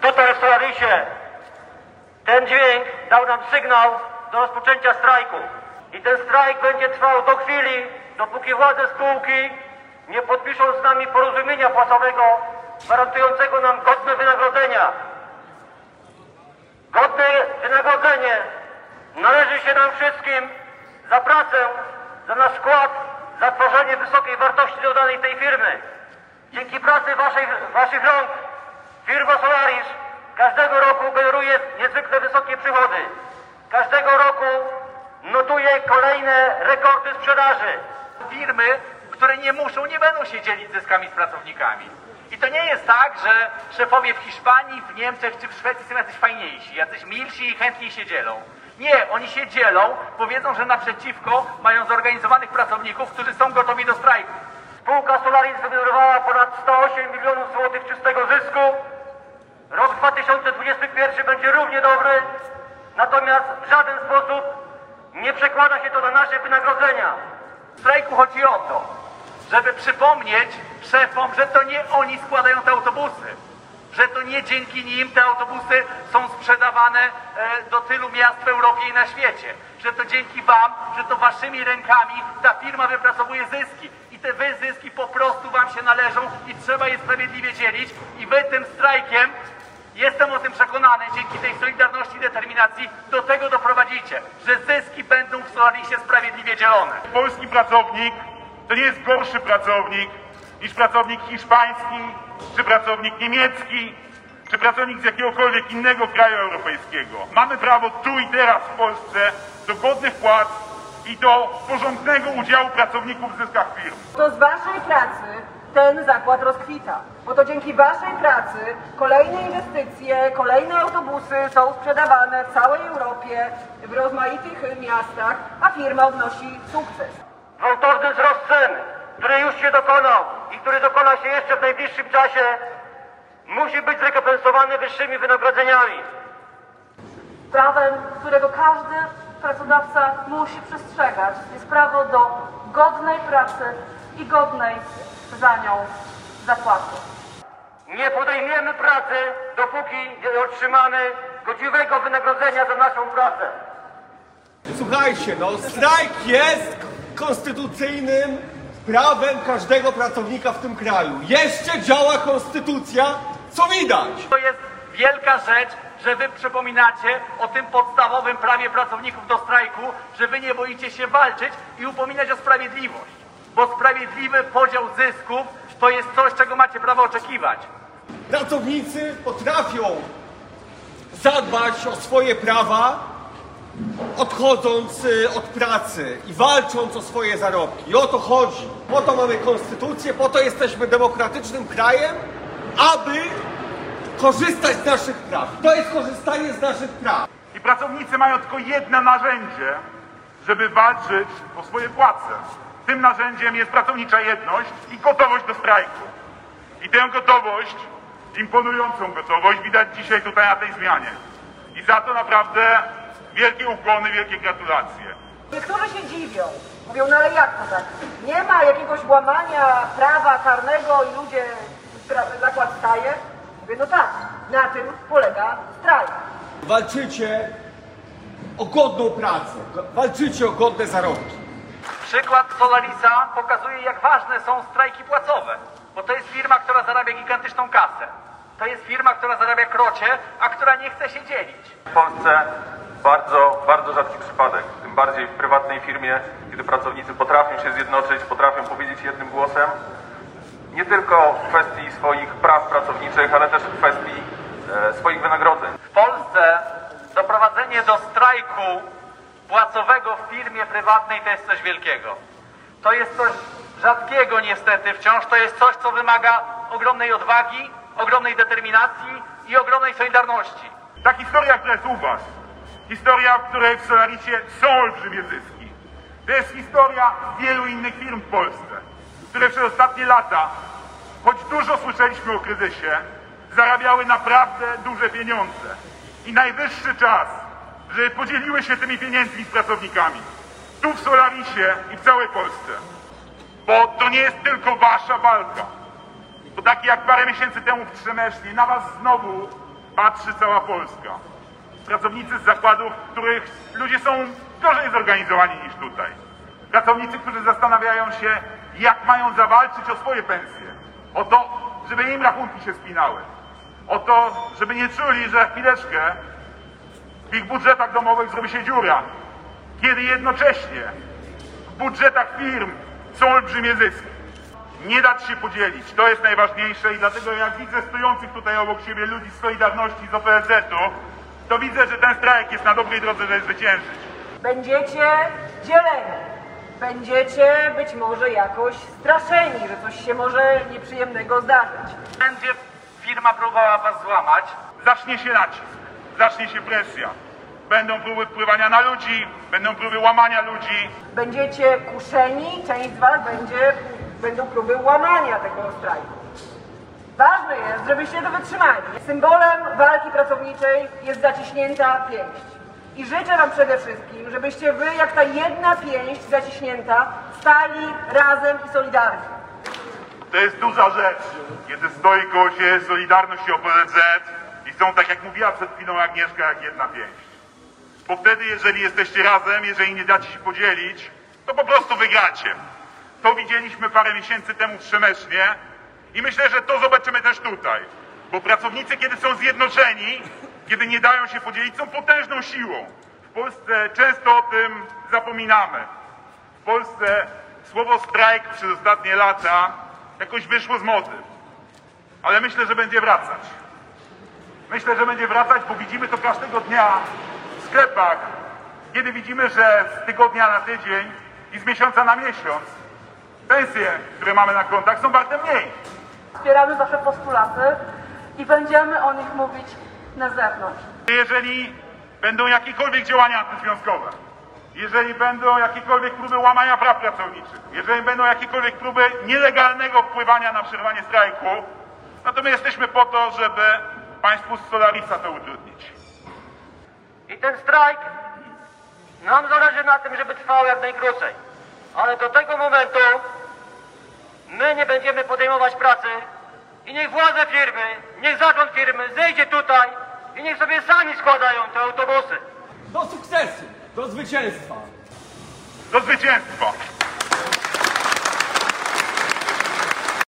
Tutaj w Solarisie ten dźwięk dał nam sygnał do rozpoczęcia strajku. I ten strajk będzie trwał do chwili, dopóki władze spółki nie podpiszą z nami porozumienia płacowego gwarantującego nam godne wynagrodzenia. Godne wynagrodzenie należy się nam wszystkim za pracę, za nasz wkład, za tworzenie wysokiej wartości dodanej tej firmy. Dzięki pracy waszych rąk firma Solaris każdego roku generuje niezwykle wysokie przychody. Każdego roku notuje kolejne rekordy sprzedaży. Firmy, które nie będą się dzielić zyskami z pracownikami. I to nie jest tak, że szefowie w Hiszpanii, w Niemczech czy w Szwecji są jacyś fajniejsi, jacyś milsi i chętniej się dzielą. Nie, oni się dzielą, bo wiedzą, że naprzeciwko mają zorganizowanych pracowników, którzy są gotowi do strajku. Spółka Solaris wygenerowała ponad 108 milionów złotych czystego zysku. Rok 2021 będzie równie dobry, natomiast w żaden sposób nie przekłada się to na nasze wynagrodzenia. W strajku chodzi o to, żeby przypomnieć szefom, że to nie oni składają te autobusy, że to nie dzięki nim te autobusy są sprzedawane do tylu miast w Europie i na świecie, że to dzięki wam, że to waszymi rękami ta firma wypracowuje zyski i te zyski po prostu wam się należą i trzeba je sprawiedliwie dzielić i wy tym strajkiem, jestem o tym przekonany, dzięki tej solidarności i determinacji do tego doprowadzicie, że zyski będą w Solarisie sprawiedliwie dzielone. Polski pracownik to nie jest gorszy pracownik niż pracownik hiszpański, czy pracownik niemiecki, czy pracownik z jakiegokolwiek innego kraju europejskiego. Mamy prawo tu i teraz w Polsce do godnych płac i do porządnego udziału pracowników w zyskach firm. To z waszej pracy ten zakład rozkwita, bo to dzięki waszej pracy kolejne inwestycje, kolejne autobusy są sprzedawane w całej Europie, w rozmaitych miastach, a firma odnosi sukces. Gwałtowny wzrost cen, który już się dokonał i który dokona się jeszcze w najbliższym czasie, musi być zrekompensowany wyższymi wynagrodzeniami. Prawem, którego każdy pracodawca musi przestrzegać, jest prawo do godnej pracy i godnej za nią zapłaty. Nie podejmiemy pracy, dopóki nie otrzymamy godziwego wynagrodzenia za naszą pracę. Słuchajcie, no strajk jest konstytucyjnym prawem każdego pracownika w tym kraju. Jeszcze działa konstytucja, co widać. To jest wielka rzecz, że wy przypominacie o tym podstawowym prawie pracowników do strajku, że wy nie boicie się walczyć i upominać o sprawiedliwość. Bo sprawiedliwy podział zysków to jest coś, czego macie prawo oczekiwać. Pracownicy potrafią zadbać o swoje prawa, odchodząc od pracy i walcząc o swoje zarobki. I o to chodzi. Po to mamy konstytucję, po to jesteśmy demokratycznym krajem, aby korzystać z naszych praw. To jest korzystanie z naszych praw. I pracownicy mają tylko jedno narzędzie, żeby walczyć o swoje płace. Tym narzędziem jest pracownicza jedność i gotowość do strajku. I tę gotowość, imponującą gotowość, widać dzisiaj tutaj na tej zmianie. I za to naprawdę wielkie ukłony, wielkie gratulacje. Niektórzy się dziwią, mówią, no ale jak to tak? Nie ma jakiegoś łamania prawa karnego i ludzie, zakład staje? Mówię, no tak, na tym polega strajk. Walczycie o godną pracę, walczycie o godne zarobki. Przykład Solarisa pokazuje, jak ważne są strajki płacowe, bo to jest firma, która zarabia gigantyczną kasę. To jest firma, która zarabia krocie, a która nie chce się dzielić. W Polsce bardzo rzadki przypadek, tym bardziej w prywatnej firmie, kiedy pracownicy potrafią się zjednoczyć, potrafią powiedzieć jednym głosem, nie tylko w kwestii swoich praw pracowniczych, ale też w kwestii swoich wynagrodzeń. W Polsce doprowadzenie do strajku płacowego w firmie prywatnej to jest coś wielkiego. To jest coś rzadkiego niestety wciąż, to jest coś, co wymaga ogromnej odwagi, ogromnej determinacji i ogromnej solidarności. Ta historia, która jest u was, historia, w której w Solarisie są olbrzymie zyski. To jest historia wielu innych firm w Polsce, które przez ostatnie lata, choć dużo słyszeliśmy o kryzysie, zarabiały naprawdę duże pieniądze. I najwyższy czas, żeby podzieliły się tymi pieniędzmi z pracownikami. Tu w Solarisie i w całej Polsce. Bo to nie jest tylko wasza walka. Bo tak jak parę miesięcy temu w Trzemesznie na was znowu patrzy cała Polska. Pracownicy z zakładów, w których ludzie są gorzej zorganizowani niż tutaj. Pracownicy, którzy zastanawiają się, jak mają zawalczyć o swoje pensje. O to, żeby im rachunki się spinały. O to, żeby nie czuli, że chwileczkę w ich budżetach domowych zrobi się dziura. Kiedy jednocześnie w budżetach firm są olbrzymie zyski. Nie dać się podzielić, to jest najważniejsze i dlatego jak widzę stojących tutaj obok siebie ludzi z Solidarności, z OPZZ-u, to widzę, że ten strajk jest na dobrej drodze, żeby zwyciężyć. Będziecie dzieleni. Będziecie być może jakoś straszeni, że coś się może nieprzyjemnego zdarzyć. Będzie firma próbowała was złamać. Zacznie się nacisk, zacznie się presja. Będą próby wpływania na ludzi, będą próby łamania ludzi. Będziecie kuszeni, część z was będą próby łamania tego strajku. Ważne jest, żebyście to wytrzymali. Symbolem walki pracowniczej jest zaciśnięta pięść. I życzę wam przede wszystkim, żebyście wy, jak ta jedna pięść zaciśnięta, stali razem i solidarnie. To jest duża rzecz, kiedy stoi koło siebie Solidarność i OPZZ i są, tak jak mówiła przed chwilą Agnieszka, jak jedna pięść. Bo wtedy, jeżeli jesteście razem, jeżeli nie dacie się podzielić, to po prostu wygracie. To widzieliśmy parę miesięcy temu w Przemyślu i myślę, że to zobaczymy też tutaj. Bo pracownicy, kiedy są zjednoczeni, kiedy nie dają się podzielić, są potężną siłą. W Polsce często o tym zapominamy. W Polsce słowo strajk przez ostatnie lata jakoś wyszło z mody. Ale myślę, że będzie wracać. Myślę, że będzie wracać, bo widzimy to każdego dnia w sklepach, kiedy widzimy, że z tygodnia na tydzień i z miesiąca na miesiąc pensje, które mamy na kontach, są warte mniej. Wspieramy wasze postulaty i będziemy o nich mówić na zewnątrz. Jeżeli będą jakiekolwiek działania antyzwiązkowe, jeżeli będą jakiekolwiek próby łamania praw pracowniczych, jeżeli będą jakiekolwiek próby nielegalnego wpływania na przerwanie strajku, no to my jesteśmy po to, żeby państwu z Solarisa to utrudnić. I ten strajk, nam zależy na tym, żeby trwał jak najkrócej. Ale do tego momentu my nie będziemy podejmować pracy i niech władze firmy, niech zarząd firmy zejdzie tutaj i niech sobie sami składają te autobusy. Do sukcesu, do zwycięstwa. Do zwycięstwa!